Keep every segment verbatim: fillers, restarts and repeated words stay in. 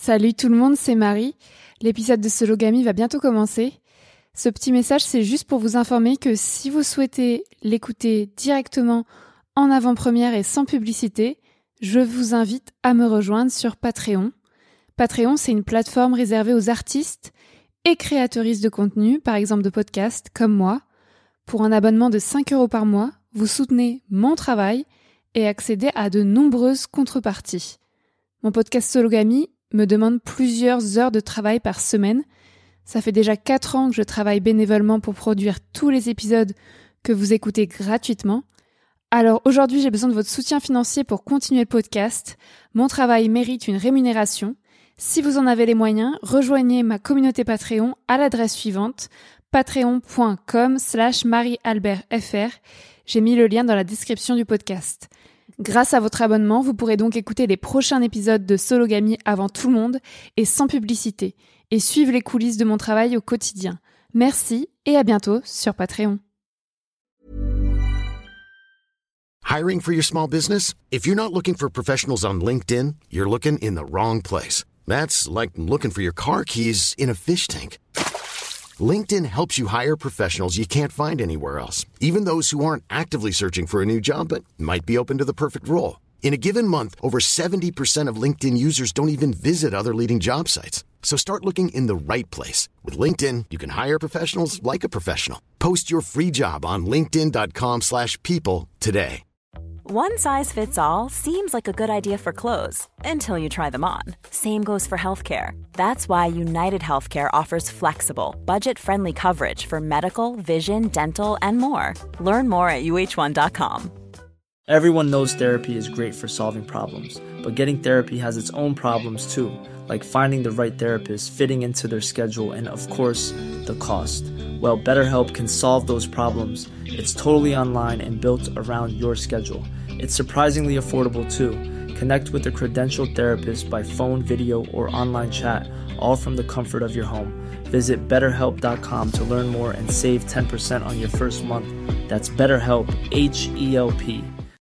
Salut tout le monde, c'est Marie. L'épisode de Sologamy va bientôt commencer. Ce petit message, c'est juste pour vous informer que si vous souhaitez l'écouter directement en avant-première et sans publicité, je vous invite à me rejoindre sur Patreon. Patreon, c'est une plateforme réservée aux artistes et créatrices de contenu, par exemple de podcasts, comme moi. Pour un abonnement de cinq euros par mois, vous soutenez mon travail et accédez à de nombreuses contreparties. Mon podcast Sologamy me demande plusieurs heures de travail par semaine. Ça fait déjà quatre ans que je travaille bénévolement pour produire tous les épisodes que vous écoutez gratuitement. Alors aujourd'hui, j'ai besoin de votre soutien financier pour continuer le podcast. Mon travail mérite une rémunération. Si vous en avez les moyens, rejoignez ma communauté Patreon à l'adresse suivante, patreon.com slash mariealbertfr. J'ai mis le lien dans la description du podcast. Grâce à votre abonnement, vous pourrez donc écouter les prochains épisodes de Sologamy avant tout le monde et sans publicité, et suivre les coulisses de mon travail au quotidien. Merci et à bientôt sur Patreon. Hiring for your small business? If you're not looking for professionals on LinkedIn, you're looking in the wrong place. That's like looking for your car keys in a fish tank. LinkedIn helps you hire professionals you can't find anywhere else, even those who aren't actively searching for a new job but might be open to the perfect role. In a given month, over seventy percent of LinkedIn users don't even visit other leading job sites. So start looking in the right place. With LinkedIn, you can hire professionals like a professional. Post your free job on linkedin.com slash people today. One size fits all seems like a good idea for clothes until you try them on. Same goes for healthcare. That's why United Healthcare offers flexible, budget-friendly coverage for medical, vision, dental, and more. Learn more at U H one dot com. Everyone knows therapy is great for solving problems, but getting therapy has its own problems too, like finding the right therapist, fitting into their schedule, and of course, the cost. Well, BetterHelp can solve those problems. It's totally online and built around your schedule. It's surprisingly affordable too. Connect with a credentialed therapist by phone, video, or online chat, all from the comfort of your home. Visit better help dot com to learn more and save ten percent on your first month. That's BetterHelp, H E L P.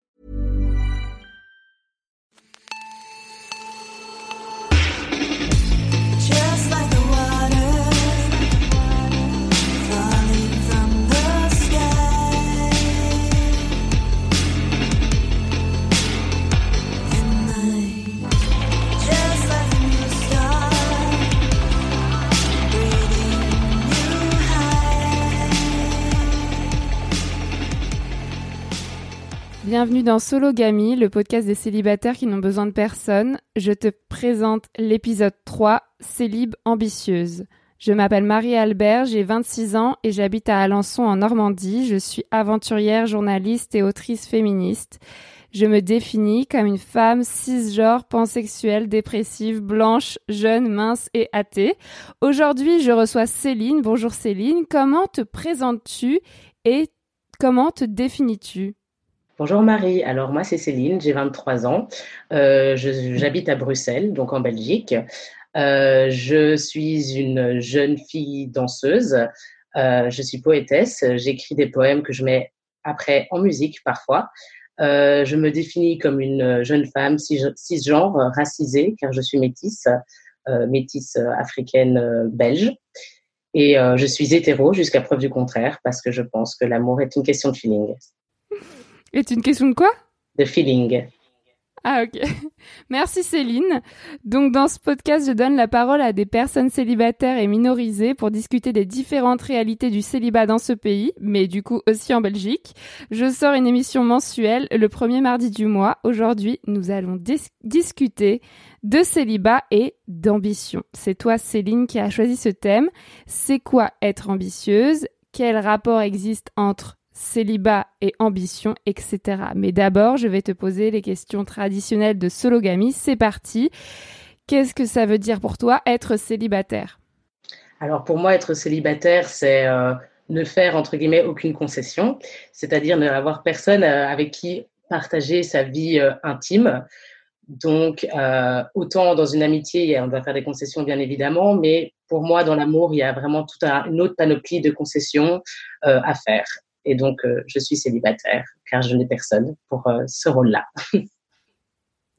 Bienvenue dans Sologamy, le podcast des célibataires qui n'ont besoin de personne. Je te présente l'épisode trois, Célib ambitieuse. Je m'appelle Marie-Albert, j'ai vingt-six ans et j'habite à Alençon en Normandie. Je suis aventurière, journaliste et autrice féministe. Je me définis comme une femme cisgenre, pansexuelle, dépressive, blanche, jeune, mince et athée. Aujourd'hui, je reçois Céline. Bonjour Céline, comment te présentes-tu et comment te définis-tu ? Bonjour Marie, alors moi c'est Céline, j'ai vingt-trois ans, euh, je, j'habite à Bruxelles, donc en Belgique. Euh, je suis une jeune fille danseuse, euh, je suis poétesse, j'écris des poèmes que je mets après en musique parfois. Euh, je me définis comme une jeune femme cis, cisgenre, racisée, car je suis métisse, euh, métisse africaine euh, belge. Et euh, je suis hétéro jusqu'à preuve du contraire, parce que je pense que l'amour est une question de feeling. Est une question de quoi ? De feeling. Ah ok. Merci Céline. Donc dans ce podcast, je donne la parole à des personnes célibataires et minorisées pour discuter des différentes réalités du célibat dans ce pays, mais du coup aussi en Belgique. Je sors une émission mensuelle le premier mardi du mois. Aujourd'hui, nous allons dis- discuter de célibat et d'ambition. C'est toi Céline qui as choisi ce thème. C'est quoi être ambitieuse ? Quel rapport existe entre célibat et ambition, et cetera. Mais d'abord, je vais te poser les questions traditionnelles de Sologamy. C'est parti. Qu'est-ce que ça veut dire pour toi être célibataire ? Alors pour moi, être célibataire, c'est euh, ne faire entre guillemets aucune concession, c'est-à-dire ne avoir personne euh, avec qui partager sa vie euh, intime. Donc, euh, autant dans une amitié, on doit faire des concessions bien évidemment, mais pour moi, dans l'amour, il y a vraiment toute un, une autre panoplie de concessions euh, à faire. Et donc, euh, je suis célibataire car je n'ai personne pour euh, ce rôle-là.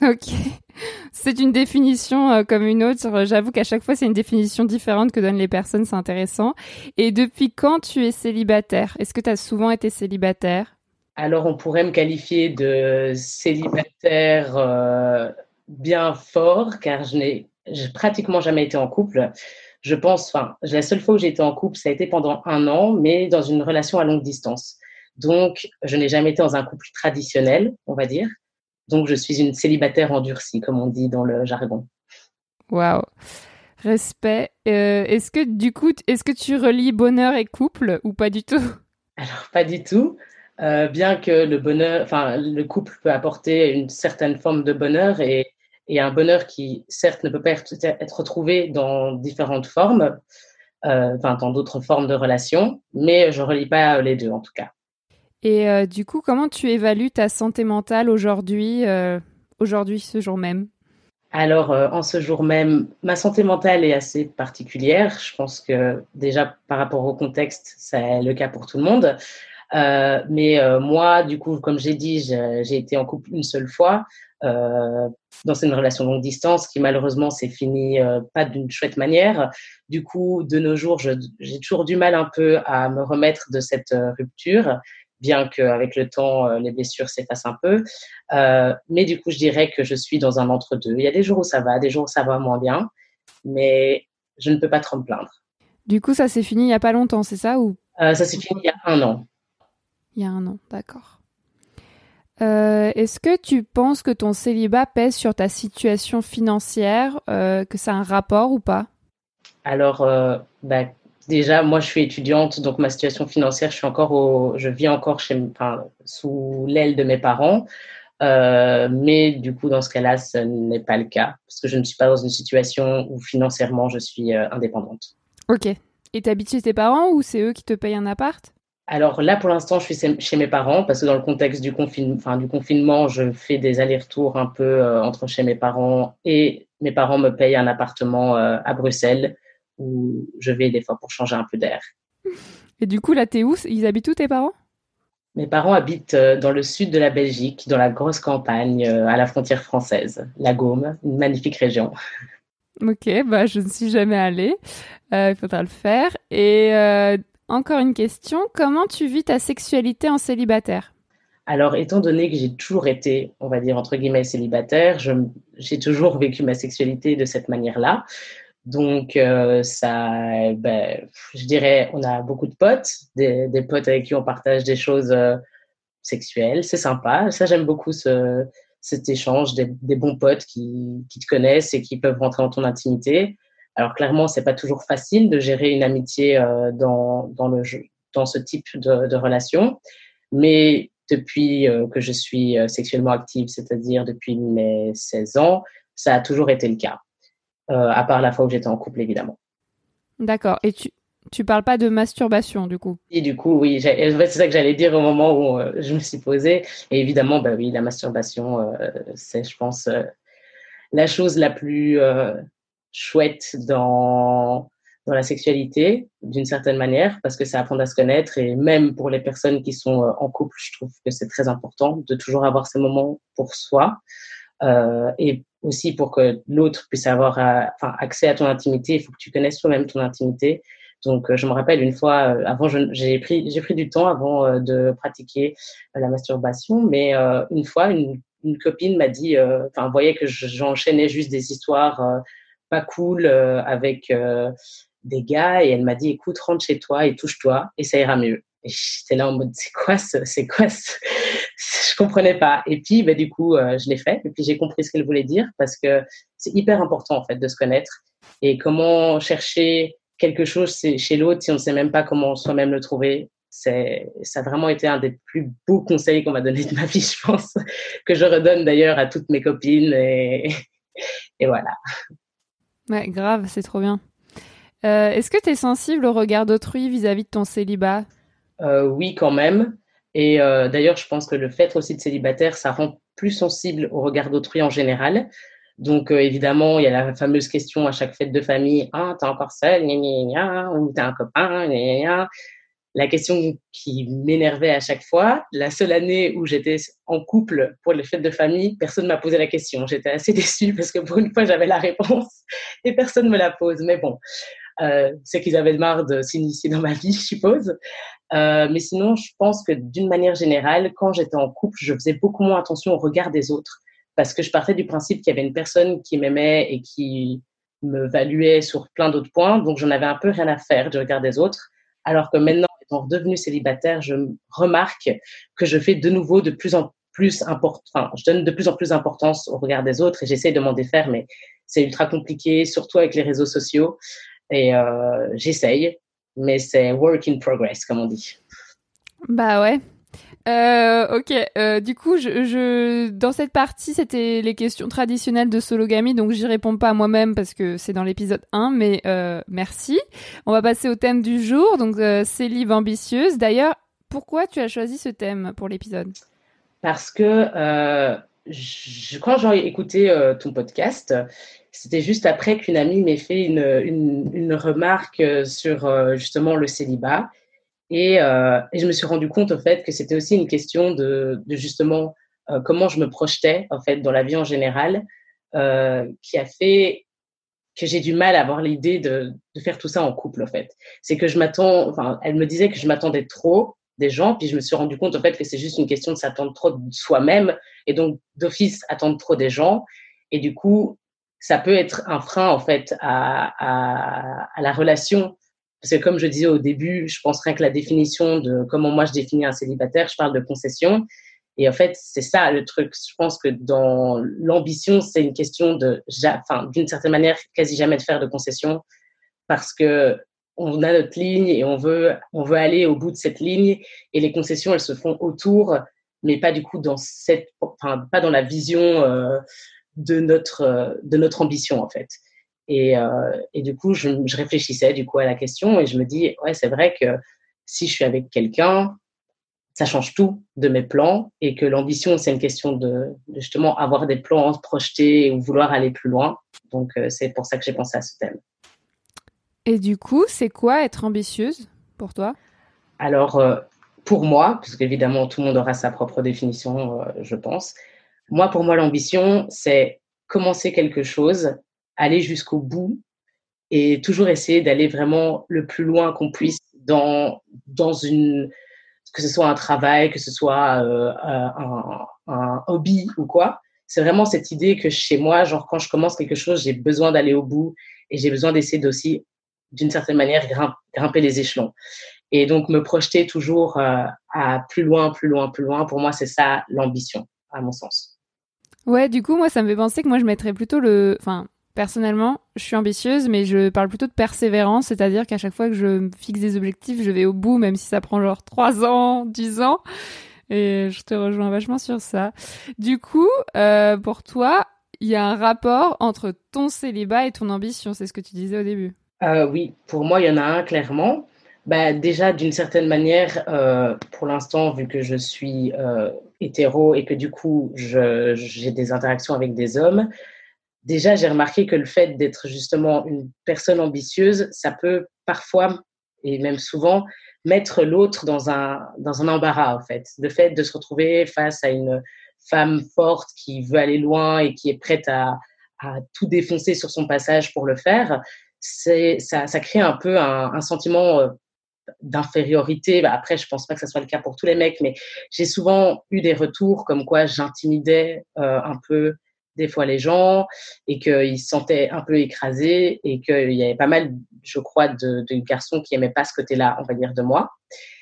Ok. C'est une définition euh, comme une autre. J'avoue qu'à chaque fois, c'est une définition différente que donnent les personnes. C'est intéressant. Et depuis quand tu es célibataire? Est-ce que tu as souvent été célibataire? Alors, on pourrait me qualifier de célibataire euh, bien fort, car je n'ai j'ai pratiquement jamais été en couple. Je pense, enfin, la seule fois où j'ai été en couple, ça a été pendant un an, mais dans une relation à longue distance. Donc, je n'ai jamais été dans un couple traditionnel, on va dire. Donc, je suis une célibataire endurcie, comme on dit dans le jargon. Waouh. Respect. Euh, est-ce que du coup, t- est-ce que tu relis bonheur et couple ou pas du tout? Alors, pas du tout. Euh, bien que le bonheur, enfin, le couple peut apporter une certaine forme de bonheur et, et un bonheur qui, certes, ne peut pas être, être retrouvé dans différentes formes, euh, enfin, dans d'autres formes de relations, mais je relie pas les deux, en tout cas. Et euh, du coup, comment tu évalues ta santé mentale aujourd'hui, euh, aujourd'hui, ce jour même? Alors, euh, en ce jour même, ma santé mentale est assez particulière. Je pense que déjà, par rapport au contexte, c'est le cas pour tout le monde. Euh, mais euh, moi, du coup, comme j'ai dit, j'ai, j'ai été en couple une seule fois euh, dans une relation longue distance qui malheureusement s'est finie euh, pas d'une chouette manière. Du coup, de nos jours, je, j'ai toujours du mal un peu à me remettre de cette euh, rupture, bien qu'avec le temps, euh, les blessures s'effacent un peu. Euh, mais du coup, je dirais que je suis dans un entre-deux. Il y a des jours où ça va, des jours où ça va moins bien, mais je ne peux pas trop me plaindre. Du coup, ça s'est fini il y a pas longtemps, c'est ça ou Euh, ça s'est fini il y a un an. il y a un an? D'accord. Euh, est-ce que tu penses que ton célibat pèse sur ta situation financière, euh, que ça a un rapport ou pas? Alors, euh, bah, déjà, moi, je suis étudiante, donc ma situation financière, je suis encore au, je vis encore chez, enfin, sous l'aile de mes parents. Euh, mais du coup, dans ce cas-là, ce n'est pas le cas parce que je ne suis pas dans une situation où financièrement je suis euh, indépendante. Ok. Et t'habites chez tes parents ou c'est eux qui te payent un appart? Alors là, pour l'instant, je suis chez mes parents parce que dans le contexte du confine, enfin, du confinement, je fais des allers-retours un peu euh, entre chez mes parents et mes parents me payent un appartement euh, à Bruxelles où je vais des fois pour changer un peu d'air. Et du coup, là, t'es où? Ils habitent où tes parents? Mes parents habitent euh, dans le sud de la Belgique, dans la grosse campagne, euh, à la frontière française, la Gaume, une magnifique région. Ok, bah je ne suis jamais allée. Euh, il faudra le faire. Et euh, encore une question, comment tu vis ta sexualité en célibataire? Alors, étant donné que j'ai toujours été, on va dire, entre guillemets, célibataire, je, j'ai toujours vécu ma sexualité de cette manière-là. Donc, euh, ça, ben, je dirais, on a beaucoup de potes, des, des potes avec qui on partage des choses euh, sexuelles. C'est sympa. Ça, j'aime beaucoup ce, cet échange des, des bons potes qui, qui te connaissent et qui peuvent rentrer dans ton intimité. Alors, clairement, c'est pas toujours facile de gérer une amitié euh, dans, dans, le, dans ce type de, de relation. Mais depuis euh, que je suis euh, sexuellement active, c'est-à-dire depuis mes seize ans, ça a toujours été le cas. Euh, à part la fois où j'étais en couple, évidemment. D'accord. Et tu, tu parles pas de masturbation, du coup? Et du coup, oui, j'ai, en fait, c'est ça que j'allais dire au moment où euh, je me suis posée. Et évidemment, bah oui, la masturbation, euh, c'est, je pense, euh, la chose la plus euh, chouette dans, dans la sexualité, d'une certaine manière, parce que ça apprend à se connaître. Et même pour les personnes qui sont euh, en couple, je trouve que c'est très important de toujours avoir ces moments pour soi. Euh, et aussi pour que l'autre puisse avoir euh, enfin, accès à ton intimité, il faut que tu connaisses toi-même ton intimité. Donc, euh, je me rappelle une fois, euh, avant, je, j'ai pris, j'ai pris du temps avant euh, de pratiquer euh, la masturbation, mais euh, une fois, une, une copine m'a dit, euh, enfin, voyait que j'enchaînais juste des histoires euh, pas cool euh, avec euh, des gars, et elle m'a dit, écoute, rentre chez toi et touche-toi, et ça ira mieux. Et j'étais là en mode, c'est quoi ce, c'est quoi ce, je comprenais pas. Et puis, bah, du coup, euh, je l'ai fait. Et puis, j'ai compris ce qu'elle voulait dire parce que c'est hyper important, en fait, de se connaître. Et comment chercher quelque chose chez l'autre si on ne sait même pas comment soi-même le trouver. C'est, ça a vraiment été un des plus beaux conseils qu'on m'a donné de ma vie, je pense, que je redonne d'ailleurs à toutes mes copines. Et, et voilà. Ouais, grave, c'est trop bien. Euh, est-ce que tu es sensible au regard d'autrui vis-à-vis de ton célibat? Euh, oui, quand même. Et euh, d'ailleurs, je pense que le fait aussi de célibataire, ça rend plus sensible au regard d'autrui en général. Donc, euh, évidemment, il y a la fameuse question à chaque fête de famille, ah, t'es encore seule, gna, gna, gna, ou t'as un copain, gna, gna, gna. la question qui m'énervait à chaque fois, la seule année où j'étais en couple pour les fêtes de famille, personne ne m'a posé la question. J'étais assez déçue parce que pour une fois, j'avais la réponse et personne ne me la pose. Mais bon, euh, c'est qu'ils avaient marre de s'initier dans ma vie, je suppose. Euh, mais sinon, je pense que d'une manière générale, quand j'étais en couple, je faisais beaucoup moins attention au regard des autres parce que je partais du principe qu'il y avait une personne qui m'aimait et qui me valuait sur plein d'autres points. Donc, j'en avais un peu rien à faire du regard des autres. Alors que maintenant, étant redevenue célibataire, je remarque que je fais de nouveau de plus en plus important, enfin, je donne de plus en plus d'importance au regard des autres et j'essaie de m'en défaire, mais c'est ultra compliqué, surtout avec les réseaux sociaux. Et euh, j'essaye, mais c'est work in progress, comme on dit. Bah ouais. Euh, ok, euh, du coup, je, je, dans cette partie, c'était les questions traditionnelles de Sologamie, donc j'y réponds pas moi-même parce que c'est dans l'épisode un, mais euh, merci. On va passer au thème du jour, donc euh, célib ambitieuse. D'ailleurs, pourquoi tu as choisi ce thème pour l'épisode ? Parce que euh, je, quand j'ai écouté euh, ton podcast, c'était juste après qu'une amie m'ait fait une, une, une remarque sur euh, justement le célibat. Et, euh, et je me suis rendu compte, au fait, que c'était aussi une question de, de justement euh, comment je me projetais, en fait, dans la vie en général, euh, qui a fait que j'ai du mal à avoir l'idée de, de faire tout ça en couple, en fait. C'est que je m'attends, enfin, elle me disait que je m'attendais trop des gens, puis je me suis rendu compte, en fait, que c'est juste une question de s'attendre trop de soi-même, et donc, d'office, attendre trop des gens. Et du coup, ça peut être un frein, en fait, à, à, à la relation. Parce que comme je disais au début, je pense rien que la définition de comment moi je définis un célibataire, je parle de concession. Et en fait, c'est ça le truc. Je pense que dans l'ambition, c'est une question de, enfin, d'une certaine manière, quasi jamais de faire de concession parce que on a notre ligne et on veut, on veut aller au bout de cette ligne et les concessions, elles se font autour, mais pas du coup dans cette, enfin, pas dans la vision euh, de notre, de notre ambition en fait. Et, euh, et du coup, je, je réfléchissais du coup à la question et je me dis, ouais, c'est vrai que si je suis avec quelqu'un, ça change tout de mes plans et que l'ambition, c'est une question de, de justement avoir des plans projetés ou vouloir aller plus loin. Donc, euh, c'est pour ça que j'ai pensé à ce thème. Et du coup, c'est quoi être ambitieuse pour toi ? Alors, euh, pour moi, parce qu'évidemment, tout le monde aura sa propre définition, euh, je pense. Moi, pour moi, l'ambition, c'est commencer quelque chose, aller jusqu'au bout et toujours essayer d'aller vraiment le plus loin qu'on puisse dans, dans une, que ce soit un travail, que ce soit euh, un, un hobby ou quoi. C'est vraiment cette idée que chez moi, genre quand je commence quelque chose, j'ai besoin d'aller au bout et j'ai besoin d'essayer d'aussi, d'une certaine manière, grimper, grimper les échelons. Et donc, me projeter toujours euh, à plus loin, plus loin, plus loin, pour moi, c'est ça l'ambition, à mon sens. Ouais, du coup, moi, ça me fait penser que moi, je mettrais plutôt le... Enfin, personnellement, je suis ambitieuse, mais je parle plutôt de persévérance, c'est-à-dire qu'à chaque fois que je me fixe des objectifs, je vais au bout, même si ça prend genre trois ans, dix ans. Et je te rejoins vachement sur ça. Du coup, euh, pour toi, il y a un rapport entre ton célibat et ton ambition, c'est ce que tu disais au début. Euh, oui, pour moi, il y en a un clairement. Bah, déjà, d'une certaine manière, euh, pour l'instant, vu que je suis euh, hétéro et que du coup, je, j'ai des interactions avec des hommes, déjà, j'ai remarqué que le fait d'être justement une personne ambitieuse, ça peut parfois, et même souvent, mettre l'autre dans un, dans un embarras, en fait. Le fait de se retrouver face à une femme forte qui veut aller loin et qui est prête à, à tout défoncer sur son passage pour le faire, c'est, ça, ça crée un peu un, un sentiment euh, d'infériorité. Bah, après, je pense pas que ça soit le cas pour tous les mecs, mais j'ai souvent eu des retours comme quoi j'intimidais euh, un peu des fois les gens et qu'ils se sentaient un peu écrasés et qu'il y avait pas mal, je crois, de, de garçons qui aimaient pas ce côté-là, on va dire, de moi.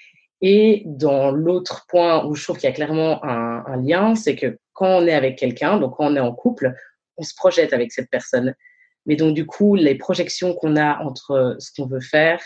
Et dans l'autre point où je trouve qu'il y a clairement un, un lien, c'est que quand on est avec quelqu'un, donc quand on est en couple, on se projette avec cette personne. Mais donc, du coup, les projections qu'on a entre ce qu'on veut faire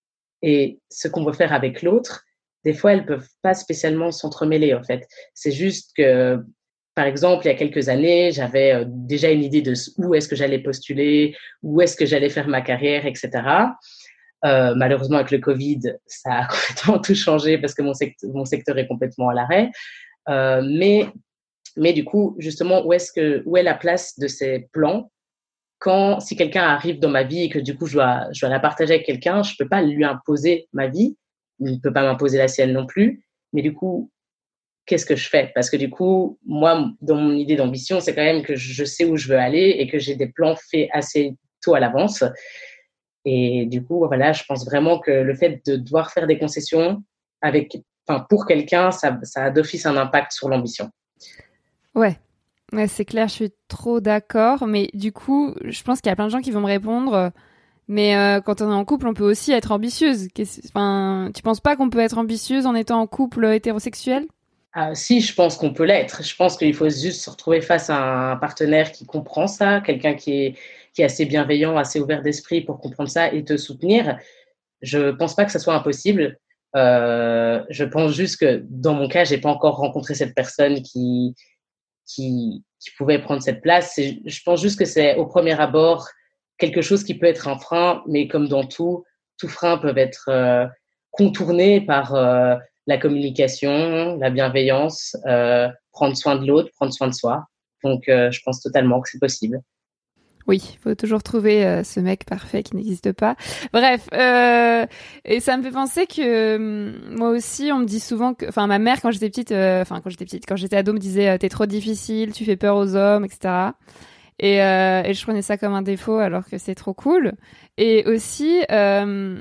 et ce qu'on veut faire avec l'autre, des fois, elles peuvent pas spécialement s'entremêler, en fait. C'est juste que, par exemple, il y a quelques années, j'avais déjà une idée de où est-ce que j'allais postuler, où est-ce que j'allais faire ma carrière, et cetera. Euh, malheureusement, avec le Covid, ça a complètement tout changé parce que mon secteur, mon secteur est complètement à l'arrêt. Euh, mais, mais du coup, justement, où est-ce que, où est la place de ces plans quand, si quelqu'un arrive dans ma vie et que du coup, je dois, je dois la partager avec quelqu'un, je peux pas lui imposer ma vie, il ne peut pas m'imposer la sienne non plus. Mais du coup, qu'est-ce que je fais? Parce que du coup, moi, dans mon idée d'ambition, c'est quand même que je sais où je veux aller et que j'ai des plans faits assez tôt à l'avance. Et du coup, voilà, je pense vraiment que le fait de devoir faire des concessions avec, enfin, pour quelqu'un, ça, ça a d'office un impact sur l'ambition. Ouais. Ouais, c'est clair, je suis trop d'accord. Mais du coup, je pense qu'il y a plein de gens qui vont me répondre, mais euh, quand on est en couple, on peut aussi être ambitieuse. Enfin, tu penses pas qu'on peut être ambitieuse en étant en couple hétérosexuel? Ah, si, je pense qu'on peut l'être. Je pense qu'il faut juste se retrouver face à un partenaire qui comprend ça, quelqu'un qui est, qui est assez bienveillant, assez ouvert d'esprit pour comprendre ça et te soutenir. Je pense pas que ça soit impossible. Euh, je pense juste que dans mon cas, j'ai pas encore rencontré cette personne qui, qui, qui pouvait prendre cette place. C'est, je pense juste que c'est au premier abord quelque chose qui peut être un frein, mais comme dans tout, tout frein peut être euh, contourné par euh, la communication, la bienveillance, euh, prendre soin de l'autre, prendre soin de soi. Donc, euh, je pense totalement que c'est possible. Oui, il faut toujours trouver euh, ce mec parfait qui n'existe pas. Bref, euh, et ça me fait penser que euh, moi aussi, on me dit souvent que, enfin, ma mère quand j'étais petite, enfin euh, quand j'étais petite, quand j'étais ado, me disait euh, t'es trop difficile, tu fais peur aux hommes, et cetera. Et, euh, et je prenais ça comme un défaut alors que c'est trop cool. Et aussi, euh,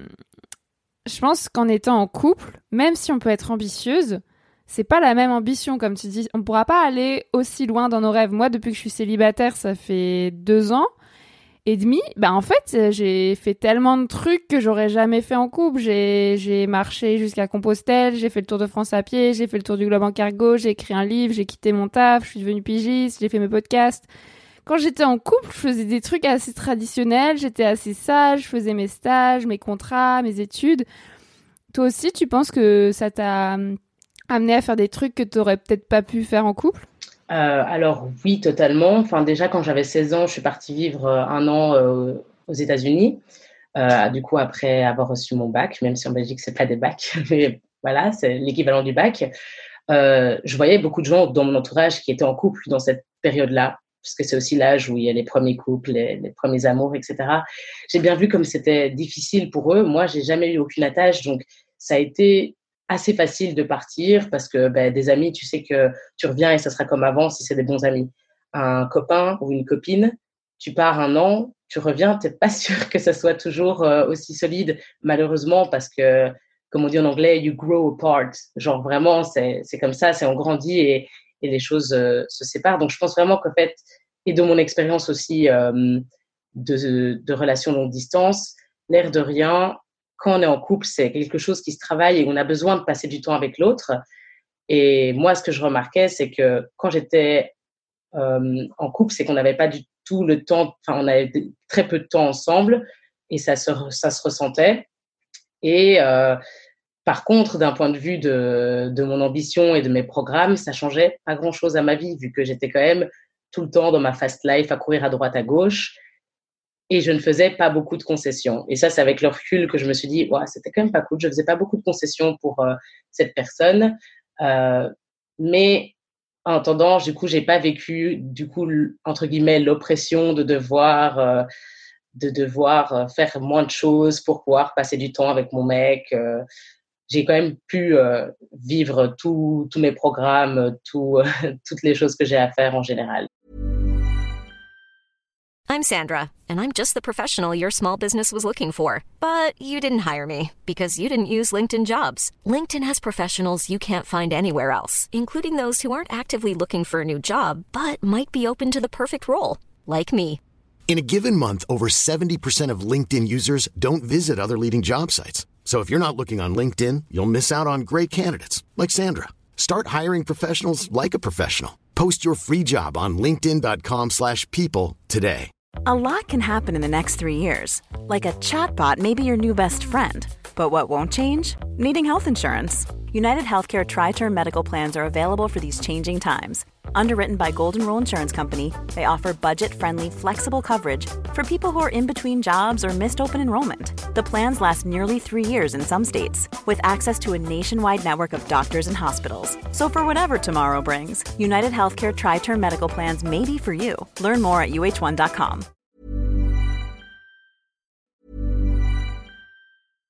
je pense qu'en étant en couple, même si on peut être ambitieuse, c'est pas la même ambition, comme tu dis. On pourra pas aller aussi loin dans nos rêves. Moi, depuis que je suis célibataire, ça fait deux ans et demi. Bah, en fait, j'ai fait tellement de trucs que j'aurais jamais fait en couple. J'ai, j'ai marché jusqu'à Compostelle, j'ai fait le tour de France à pied, j'ai fait le tour du globe en cargo, j'ai écrit un livre, j'ai quitté mon taf, je suis devenue pigiste, j'ai fait mes podcasts. Quand j'étais en couple, je faisais des trucs assez traditionnels, j'étais assez sage, je faisais mes stages, mes contrats, mes études. Toi aussi, tu penses que ça t'a amené à faire des trucs que tu n'aurais peut-être pas pu faire en couple? euh, Alors oui, totalement. Enfin, déjà, quand j'avais seize ans, je suis partie vivre un an euh, aux États-Unis. Euh, du coup, après avoir reçu mon bac, même si en Belgique, c'est pas des bacs, mais voilà, c'est l'équivalent du bac. Euh, je voyais beaucoup de gens dans mon entourage qui étaient en couple dans cette période-là, parce que c'est aussi l'âge où il y a les premiers couples, les, les premiers amours, et cetera. J'ai bien vu comme c'était difficile pour eux. Moi, j'ai jamais eu aucune attache, donc ça a été assez facile de partir parce que ben, des amis, tu sais que tu reviens et ça sera comme avant si c'est des bons amis. Un copain ou une copine, tu pars un an, tu reviens, t'es pas sûr que ça soit toujours euh, aussi solide, malheureusement, parce que, comme on dit en anglais, you grow apart. Genre vraiment, c'est, c'est comme ça, c'est on grandit et, et les choses euh, se séparent. Donc, je pense vraiment qu'en fait, et de mon expérience aussi euh, de, de relations longue distance, l'air de rien, quand on est en couple, c'est quelque chose qui se travaille et on a besoin de passer du temps avec l'autre. Et moi, ce que je remarquais, c'est que quand j'étais euh, en couple, c'est qu'on n'avait pas du tout le temps, enfin, on avait très peu de temps ensemble et ça se, ça se ressentait. Et euh, par contre, d'un point de vue de, de mon ambition et de mes programmes, ça changeait pas grand-chose à ma vie, vu que j'étais quand même tout le temps dans ma fast life à courir à droite, à gauche. Et je ne faisais pas beaucoup de concessions. Et ça, c'est avec le recul que je me suis dit, ouais, c'était quand même pas cool. Je faisais pas beaucoup de concessions pour euh, cette personne. Euh, mais en attendant, du coup, j'ai pas vécu, du coup, entre guillemets, l'oppression de devoir, euh, de devoir faire moins de choses pour pouvoir passer du temps avec mon mec. Euh, j'ai quand même pu euh, vivre tous tous mes programmes, tout, euh, toutes les choses que j'ai à faire en général. I'm Sandra, and I'm just the professional your small business was looking for. But you didn't hire me because you didn't use LinkedIn Jobs. LinkedIn has professionals you can't find anywhere else, including those who aren't actively looking for a new job, but might be open to the perfect role, like me. In a given month, over seventy percent of LinkedIn users don't visit other leading job sites. So if you're not looking on LinkedIn, you'll miss out on great candidates like Sandra. Start hiring professionals like a professional. Post your free job on linkedin.com slash people today. A lot can happen in the next three years. Like a chatbot may be your new best friend. But what won't change? Needing health insurance. United Healthcare Tri-Term Medical Plans are available for these changing times. Underwritten by Golden Rule Insurance Company, they offer budget-friendly, flexible coverage for people who are in between jobs or missed open enrollment. The plans last nearly three years in some states, with access to a nationwide network of doctors and hospitals. So for whatever tomorrow brings, United Healthcare Tri-Term Medical Plans may be for you. Learn more at U H one dot com.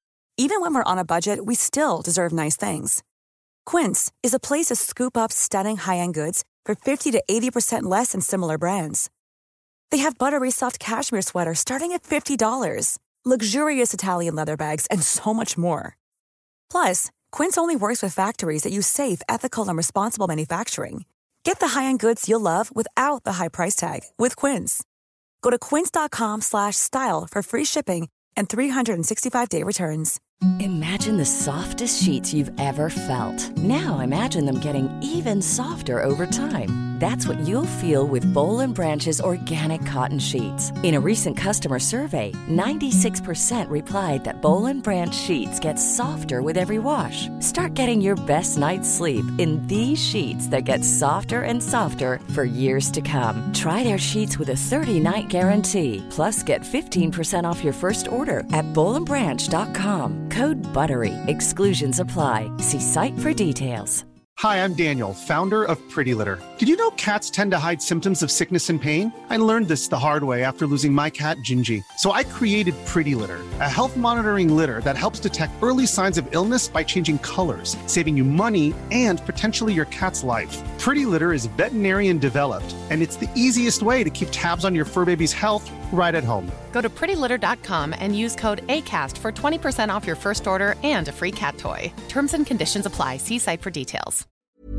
Even when we're on a budget, we still deserve nice things. Quince is a place to scoop up stunning high-end goods for fifty to eighty percent less than similar brands. They have buttery soft cashmere sweaters starting at fifty dollars, luxurious Italian leather bags, and so much more. Plus, Quince only works with factories that use safe, ethical, and responsible manufacturing. Get the high-end goods you'll love without the high price tag with Quince. Go to quince.com slash style for free shipping and three sixty-five day returns. Imagine the softest sheets you've ever felt. Now imagine them getting even softer over time. That's what you'll feel with Boll and Branch's organic cotton sheets. In a recent customer survey, ninety-six percent replied that Boll and Branch sheets get softer with every wash. Start getting your best night's sleep in these sheets that get softer and softer for years to come. Try their sheets with a thirty-night guarantee. Plus, get fifteen percent off your first order at boll and branch dot com. Code BUTTERY. Exclusions apply. See site for details. Hi, I'm Daniel, founder of Pretty Litter. Did you know cats tend to hide symptoms of sickness and pain? I learned this the hard way after losing my cat, Gingy. So I created Pretty Litter, a health monitoring litter that helps detect early signs of illness by changing colors, saving you money and potentially your cat's life. Pretty Litter is veterinarian developed, and it's the easiest way to keep tabs on your fur baby's health right at home. Go to pretty litter dot com and use code ACAST for twenty percent off your first order and a free cat toy. Terms and conditions apply. See site for details.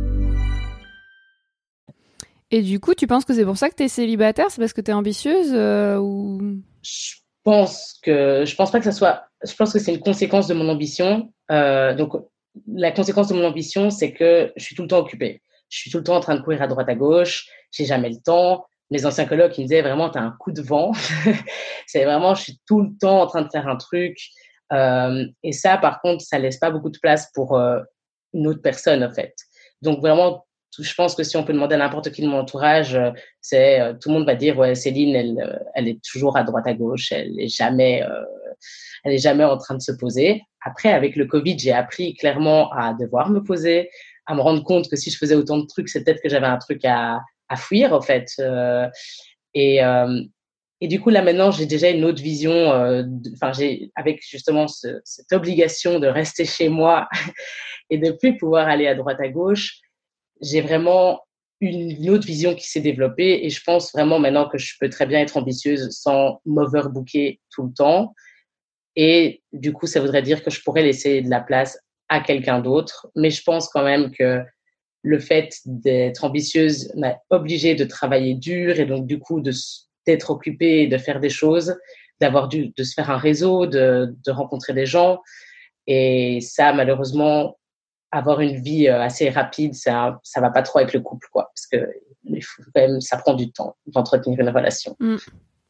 Et du coup, tu penses que c'est pour ça que t'es célibataire? C'est parce que t'es ambitieuse euh, ou... Je pense que je pense pas que ça soit. Je pense que c'est une conséquence de mon ambition. Euh, donc, la conséquence de mon ambition, c'est que je suis tout le temps occupée. Je suis tout le temps en train de courir à droite à gauche. J'ai jamais le temps. Mes anciens colocs, ils me disaient vraiment, t'as un coup de vent. C'est vraiment, je suis tout le temps en train de faire un truc. Euh, et ça, par contre, ça laisse pas beaucoup de place pour euh, une autre personne, en fait. Donc, vraiment, je pense que si on peut demander à n'importe qui de mon entourage, c'est euh, tout le monde va dire ouais, Céline, elle, elle est toujours à droite à gauche, elle est jamais, euh, elle est jamais en train de se poser. Après, avec le Covid, j'ai appris clairement à devoir me poser, à me rendre compte que si je faisais autant de trucs, c'est peut-être que j'avais un truc à, à fuir en fait. Euh, et euh, et du coup là maintenant, j'ai déjà une autre vision. Enfin, euh, j'ai avec justement ce, cette obligation de rester chez moi et de plus pouvoir aller à droite à gauche. J'ai vraiment une autre vision qui s'est développée et je pense vraiment maintenant que je peux très bien être ambitieuse sans m'overbooker tout le temps. Et du coup, ça voudrait dire que je pourrais laisser de la place à quelqu'un d'autre. Mais je pense quand même que le fait d'être ambitieuse m'a obligée de travailler dur et donc du coup de, d'être occupée et de faire des choses, d'avoir dû, de se faire un réseau, de, de rencontrer des gens. Et ça, malheureusement, avoir une vie assez rapide, ça ça va pas trop avec le couple, quoi, parce que il faut quand même, ça prend du temps d'entretenir une relation. Mmh.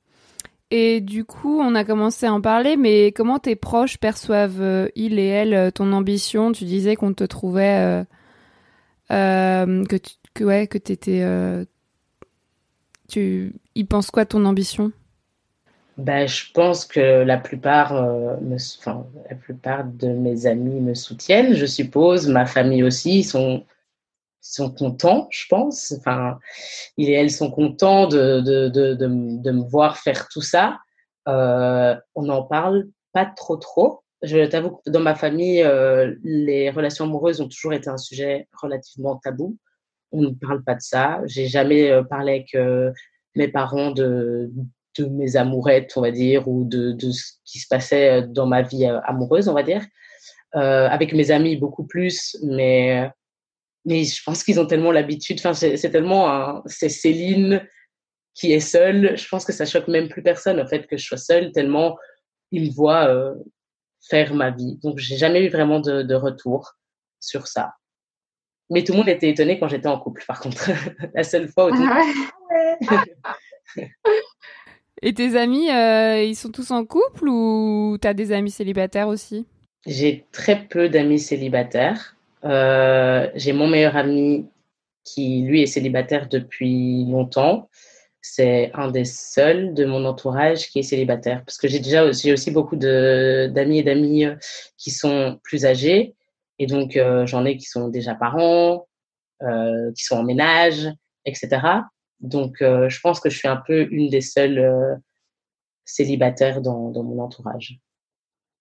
Et du coup, on a commencé à en parler, mais comment tes proches perçoivent euh, ils et elles ton ambition? Tu disais qu'on te trouvait euh, euh, que tu, que ouais que t'étais euh, tu ils pensent quoi de ton ambition? Ben, je pense que la plupart, euh, me, enfin, la plupart de mes amis me soutiennent, je suppose. Ma famille aussi, ils sont, sont contents, je pense. Enfin, ils et elles sont contents de, de, de, de, de me voir faire tout ça. Euh, on n'en parle pas trop, trop. Je t'avoue que dans ma famille, euh, les relations amoureuses ont toujours été un sujet relativement tabou. On ne parle pas de ça. J'ai jamais euh, parlé avec euh, mes parents de de mes amourettes, on va dire, ou de, de ce qui se passait dans ma vie amoureuse, on va dire. Euh, avec mes amis, beaucoup plus, mais, mais je pense qu'ils ont tellement l'habitude. Enfin, c'est, c'est tellement un, c'est Céline qui est seule. Je pense que ça choque même plus personne, en fait, que je sois seule, tellement ils me voient euh, faire ma vie. Donc, j'ai jamais eu vraiment de, de retour sur ça. Mais tout le monde était étonné quand j'étais en couple, par contre. La seule fois où tout le monde... Ouais. Et tes amis, euh, ils sont tous en couple ou t'as des amis célibataires aussi? J'ai très peu d'amis célibataires. Euh, j'ai mon meilleur ami qui, lui, est célibataire depuis longtemps. C'est un des seuls de mon entourage qui est célibataire. Parce que j'ai déjà j'ai aussi beaucoup de, d'amis et d'amis qui sont plus âgés. Et donc, euh, j'en ai qui sont déjà parents, euh, qui sont en ménage, et cetera. Donc, euh, je pense que je suis un peu une des seules euh, célibataires dans, dans mon entourage.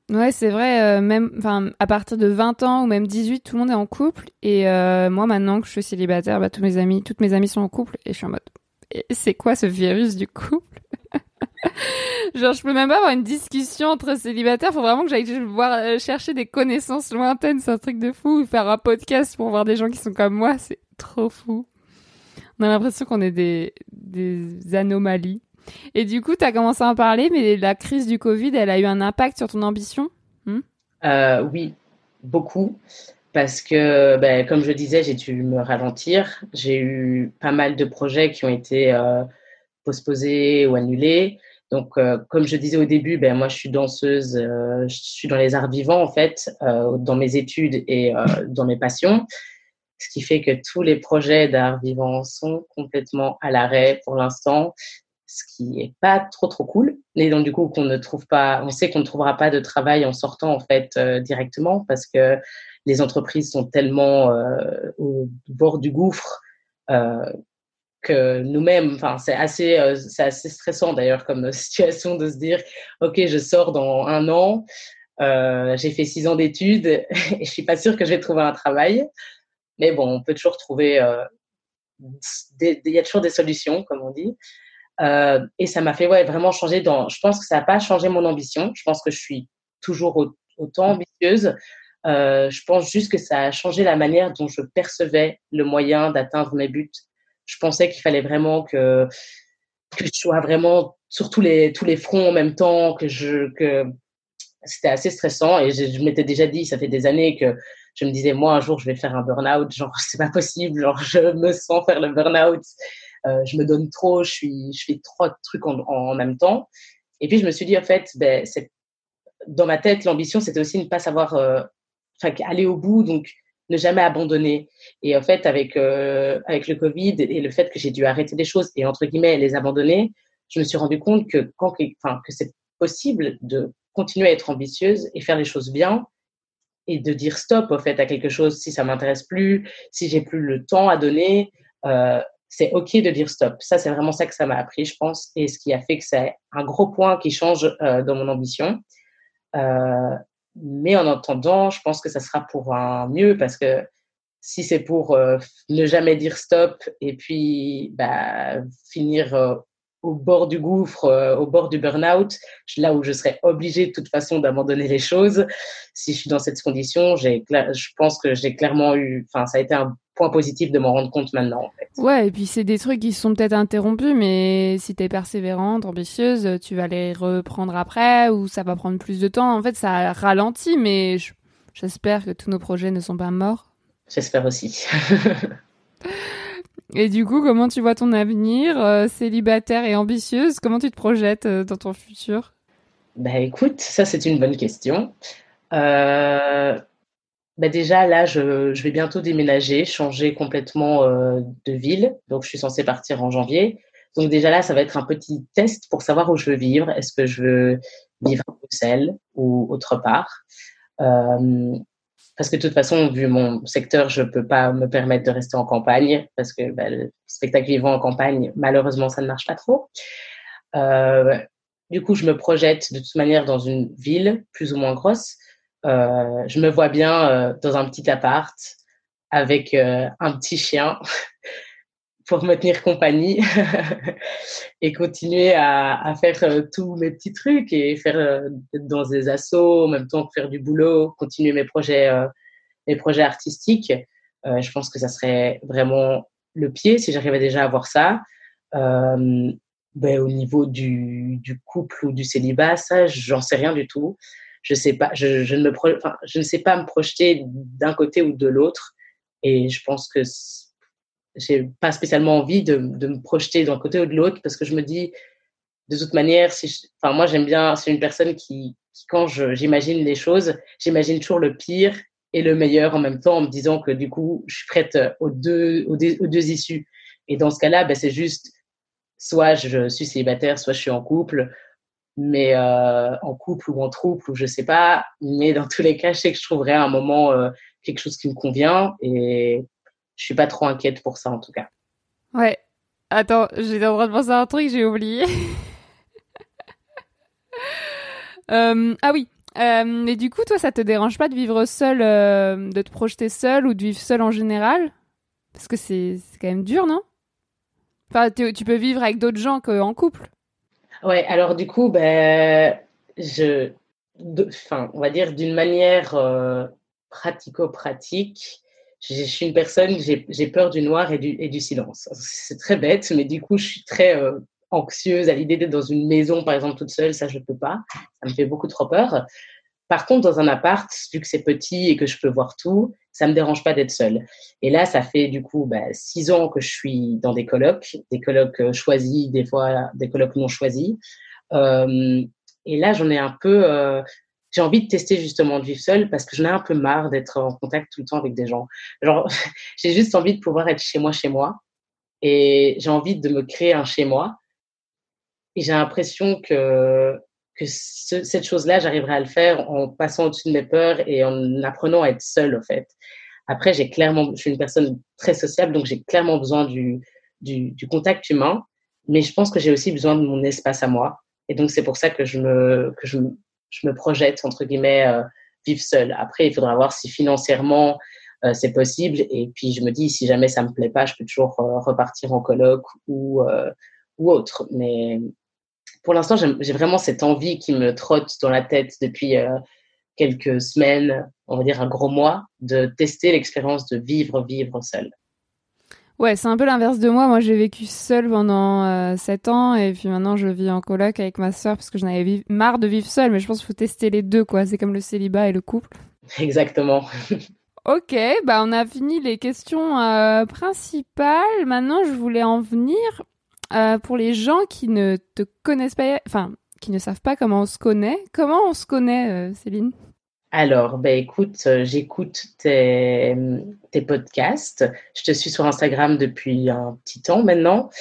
Ouais, c'est vrai, euh, même, enfin, à partir de vingt ans ou même dix-huit, tout le monde est en couple. Et euh, moi, maintenant que je suis célibataire, bah, tous mes amis, toutes mes amies sont en couple. Et je suis en mode, et c'est quoi ce virus du couple? Genre, je peux même pas avoir une discussion entre célibataires. Faut vraiment que j'aille voir euh, chercher des connaissances lointaines. C'est un truc de fou. Faire un podcast pour voir des gens qui sont comme moi, c'est trop fou. On a l'impression qu'on est des, des anomalies. Et du coup, tu as commencé à en parler, mais la crise du Covid, elle a eu un impact sur ton ambition? hmm Euh, oui, beaucoup. Parce que, ben, comme je disais, j'ai dû me ralentir. J'ai eu pas mal de projets qui ont été euh, postposés ou annulés. Donc, euh, comme je disais au début, ben, moi, je suis danseuse, euh, je suis dans les arts vivants, en fait, euh, dans mes études et euh, dans mes passions. Ce qui fait que tous les projets d'art vivant sont complètement à l'arrêt pour l'instant, ce qui est pas trop, trop cool. Et donc, du coup, qu'on ne trouve pas, on sait qu'on ne trouvera pas de travail en sortant, en fait, euh, directement, parce que les entreprises sont tellement euh, au bord du gouffre euh, que nous-mêmes, enfin, c'est assez, euh, c'est assez stressant d'ailleurs comme situation de se dire, ok, je sors dans un an, euh, j'ai fait six ans d'études et je suis pas sûre que je vais trouver un travail, mais bon, on peut toujours trouver, euh, il y a toujours des solutions, comme on dit. Euh, et ça m'a fait ouais vraiment changer. Dans, je pense que ça n'a pas changé mon ambition. Je pense que je suis toujours au, autant ambitieuse. Euh, je pense juste que ça a changé la manière dont je percevais le moyen d'atteindre mes buts. Je pensais qu'il fallait vraiment que, que je sois vraiment sur tous les, tous les fronts en même temps, que je, que c'était assez stressant. Et je, je m'étais déjà dit, ça fait des années que je me disais, moi, un jour, je vais faire un burn-out. Genre, c'est pas possible. Genre, je me sens faire le burn-out. Euh, je me donne trop. Je suis, je fais trop de trucs en, en, en même temps. Et puis, je me suis dit, en fait, ben, c'est, dans ma tête, l'ambition, c'était aussi ne pas savoir, euh, enfin, aller au bout. Donc, ne jamais abandonner. Et en fait, avec, euh, avec le Covid et le fait que j'ai dû arrêter des choses et, entre guillemets, les abandonner, je me suis rendu compte que, quand, enfin, que c'est possible de continuer à être ambitieuse et faire les choses bien et de dire stop, en fait, à quelque chose si ça m'intéresse plus, si j'ai plus le temps à donner. Euh, c'est OK de dire stop. Ça, c'est vraiment ça que ça m'a appris, je pense, et ce qui a fait que c'est un gros point qui change euh, dans mon ambition. Euh, mais en attendant, je pense que ça sera pour un mieux, parce que si c'est pour euh, ne jamais dire stop et puis bah, finir euh, au bord du gouffre, euh, au bord du burn-out, là où je serais obligée de toute façon d'abandonner les choses, si je suis dans cette condition, j'ai, je pense que j'ai clairement eu, enfin, ça a été un point positif de m'en rendre compte maintenant, en fait. Ouais, et puis c'est des trucs qui sont peut-être interrompus, mais si t'es persévérante, ambitieuse, tu vas les reprendre après, ou ça va prendre plus de temps. En fait, ça ralentit, mais je, j'espère que tous nos projets ne sont pas morts. J'espère aussi. Et du coup, comment tu vois ton avenir, euh, célibataire et ambitieuse? Comment tu te projettes euh, dans ton futur? Bah écoute, ça c'est une bonne question. Euh, bah déjà là, je, je vais bientôt déménager, changer complètement euh, de ville. Donc je suis censée partir en janvier. Donc déjà là, ça va être un petit test pour savoir où je veux vivre. Est-ce que je veux vivre à Bruxelles ou autre part? Euh, Parce que de toute façon, vu mon secteur, je ne peux pas me permettre de rester en campagne parce que bah, le spectacle vivant en campagne, malheureusement, ça ne marche pas trop. Euh, du coup, je me projette de toute manière dans une ville plus ou moins grosse. Euh, je me vois bien euh, dans un petit appart avec euh, un petit chien pour me tenir compagnie et continuer à, à faire euh, tous mes petits trucs et faire euh, dans des assos, en même temps que faire du boulot, continuer mes projets, euh, mes projets artistiques. Euh, je pense que ça serait vraiment le pied si j'arrivais déjà à avoir ça. Euh, ben, au niveau du, du couple ou du célibat, ça, j'en sais rien du tout. Je sais pas, je, je ne me pro- enfin, je ne sais pas me projeter d'un côté ou de l'autre. Et je pense que j'ai pas spécialement envie de, de me projeter d'un côté ou de l'autre parce que je me dis, de toute manière, si je, enfin, moi, j'aime bien, c'est une personne qui, qui quand je, j'imagine les choses, j'imagine toujours le pire et le meilleur en même temps en me disant que du coup, je suis prête aux deux, aux deux, aux deux issues. Et dans ce cas-là, ben, c'est juste, soit je suis célibataire, soit je suis en couple, mais euh, en couple ou en trouble, ou je sais pas. Mais dans tous les cas, je sais que je trouverai à un moment euh, quelque chose qui me convient et je suis pas trop inquiète pour ça, en tout cas. Ouais. Attends, j'étais en train de penser à un truc, j'ai oublié. euh, ah oui, Euh, mais du coup, toi, ça te dérange pas de vivre seul, euh, de te projeter seul ou de vivre seul en général? Parce que c'est, c'est quand même dur, non? Enfin, tu peux vivre avec d'autres gens qu'en couple. Ouais, alors du coup, ben, je, enfin, on va dire d'une manière euh, pratico-pratique, je, je suis une personne, j'ai, j'ai peur du noir et du, et du silence. C'est très bête, mais du coup, je suis très euh, anxieuse à l'idée d'être dans une maison, par exemple, toute seule. Ça, je peux pas. Ça me fait beaucoup trop peur. Par contre, dans un appart, vu que c'est petit et que je peux voir tout, ça me dérange pas d'être seule. Et là, ça fait du coup bah, six ans que je suis dans des colocs, des colocs euh, choisis, des fois des colocs non choisis. Euh, et là, j'en ai un peu, euh, j'ai envie de tester justement de vivre seule parce que j'en ai un peu marre d'être en contact tout le temps avec des gens. Genre, j'ai juste envie de pouvoir être chez moi, chez moi. Et j'ai envie de me créer un chez moi. Et j'ai l'impression que que ce, cette chose-là, j'arriverai à le faire en passant au-dessus de mes peurs et en apprenant à être seule, en fait. Après, j'ai clairement, je suis une personne très sociable, donc j'ai clairement besoin du, du, du contact humain, mais je pense que j'ai aussi besoin de mon espace à moi. Et donc, c'est pour ça que je me, que je, je me projette, entre guillemets, euh, vivre seule. Après, il faudra voir si financièrement, euh, c'est possible. Et puis, je me dis, si jamais ça me plaît pas, je peux toujours euh, repartir en coloc ou, euh, ou autre. Mais pour l'instant, j'ai, j'ai vraiment cette envie qui me trotte dans la tête depuis euh, quelques semaines, on va dire un gros mois, de tester l'expérience de vivre, vivre seule. Ouais, c'est un peu l'inverse de moi. Moi, j'ai vécu seule pendant euh, sept ans et puis maintenant, je vis en coloc avec ma sœur parce que j'en avais vi- marre de vivre seule. Mais je pense qu'il faut tester les deux, quoi. C'est comme le célibat et le couple. Exactement. Ok, bah on a fini les questions euh, principales. Maintenant, je voulais en venir euh, pour les gens qui ne te connaissent pas, enfin, qui ne savent pas comment on se connaît. Comment on se connaît, euh, Céline ? Alors, ben écoute, euh, j'écoute tes, tes podcasts. Je te suis sur Instagram depuis un petit temps maintenant.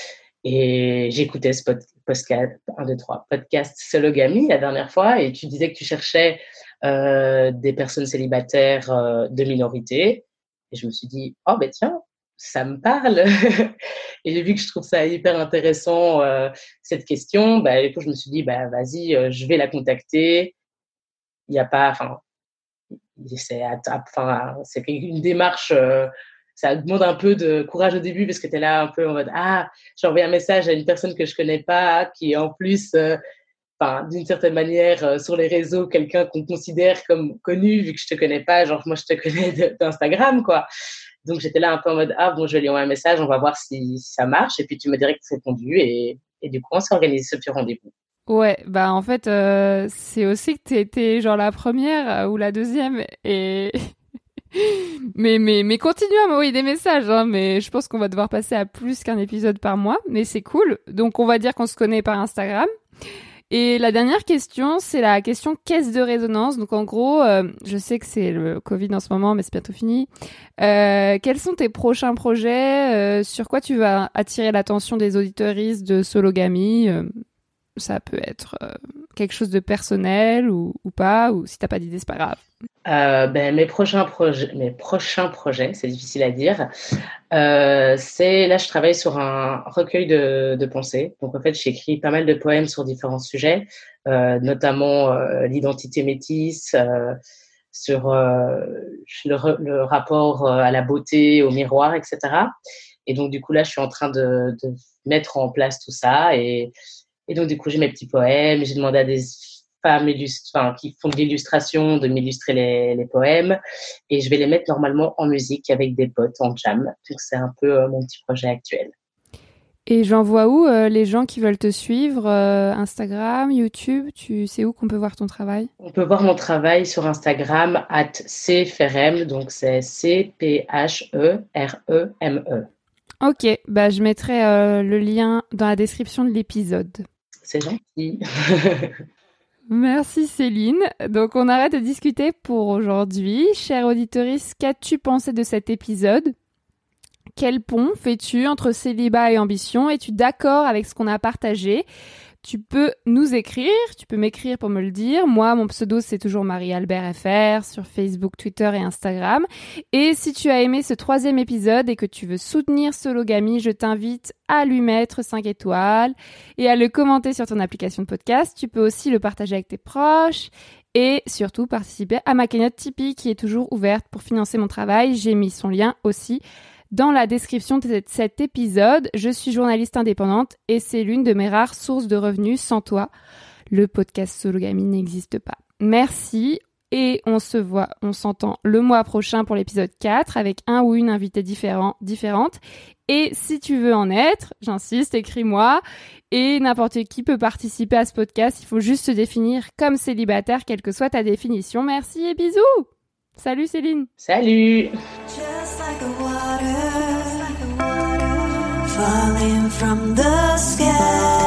Et j'écoutais ce pod- podcast, un, deux, trois, podcast Sologamy la dernière fois. Et tu disais que tu cherchais euh, des personnes célibataires euh, de minorité. Et je me suis dit, oh ben tiens, ça me parle. Et j'ai vu que je trouve ça hyper intéressant, euh, cette question. Ben, du coup, je me suis dit, ben, vas-y, euh, je vais la contacter. Il n'y a pas, enfin, c'est, enfin, c'est une démarche, euh, ça demande un peu de courage au début parce que tu es là un peu en mode, ah, j'ai envoyé un message à une personne que je connais pas, qui est en plus, euh, enfin, d'une certaine manière, euh, sur les réseaux, quelqu'un qu'on considère comme connu, vu que je te connais pas, genre moi je te connais de, d'Instagram, quoi. Donc j'étais là un peu en mode, ah bon, je vais lui envoyer un message, on va voir si, si ça marche, et puis tu m'as direct répondu, et, et du coup on s'est organisé ce petit rendez-vous. Ouais, bah en fait, euh, c'est aussi que t'étais genre la première euh, ou la deuxième, et mais mais mais continue à m'envoyer des messages, hein, mais je pense qu'on va devoir passer à plus qu'un épisode par mois, mais c'est cool. Donc on va dire qu'on se connaît par Instagram. Et la dernière question, c'est la question caisse de résonance. Donc en gros, euh, je sais que c'est le Covid en ce moment, mais c'est bientôt fini. Euh, quels sont tes prochains projets ? euh, Sur quoi tu vas attirer l'attention des auditeuristes de Sologamy ? euh, Ça peut être euh, quelque chose de personnel ou, ou pas, ou si t'as pas d'idée, c'est pas grave. Euh, ben, mes prochains projets, mes prochains projets, c'est difficile à dire. Euh, c'est là, je travaille sur un recueil de, de pensées. Donc en fait, j'écris pas mal de poèmes sur différents sujets, euh, notamment euh, l'identité métisse, euh, sur euh, le, le rapport à la beauté, au miroir, et cetera. Et donc du coup là, je suis en train de, de mettre en place tout ça et Et donc, du coup, j'ai mes petits poèmes. J'ai demandé à des femmes illust- enfin, qui font de l'illustration de m'illustrer les, les poèmes. Et je vais les mettre normalement en musique avec des potes en jam. Donc, c'est un peu euh, mon petit projet actuel. Et j'envoie où euh, les gens qui veulent te suivre euh, Instagram, YouTube, tu sais où qu'on peut voir ton travail ? On peut voir mon travail sur Instagram, at cferem. Donc, c'est C P H E R E M E. Ok, bah je mettrai euh, le lien dans la description de l'épisode. C'est gentil. Merci Céline. Donc on arrête de discuter pour aujourd'hui. Chère auditrice, qu'as-tu pensé de cet épisode ? Quel pont fais-tu entre célibat et ambition ? Es-tu d'accord avec ce qu'on a partagé ? tu peux nous écrire, tu peux m'écrire pour me le dire. Moi, mon pseudo, c'est toujours Marie-Albert F R sur Facebook, Twitter et Instagram. Et si tu as aimé ce troisième épisode et que tu veux soutenir Sologamy, je t'invite à lui mettre cinq étoiles et à le commenter sur ton application de podcast. Tu peux aussi le partager avec tes proches et surtout participer à ma cagnotte Tipeee qui est toujours ouverte pour financer mon travail. J'ai mis son lien aussi dans la description de cet épisode. Je suis journaliste indépendante et c'est l'une de mes rares sources de revenus. Sans toi, le podcast Sologamy n'existe pas. Merci et on se voit, on s'entend le mois prochain pour l'épisode quatre avec un ou une invitée différent, différente. Et si tu veux en être, j'insiste, écris-moi. Et n'importe qui peut participer à ce podcast. Il faut juste se définir comme célibataire, quelle que soit ta définition. Merci et bisous. Salut Céline. Salut. Just like the water, falling from the sky.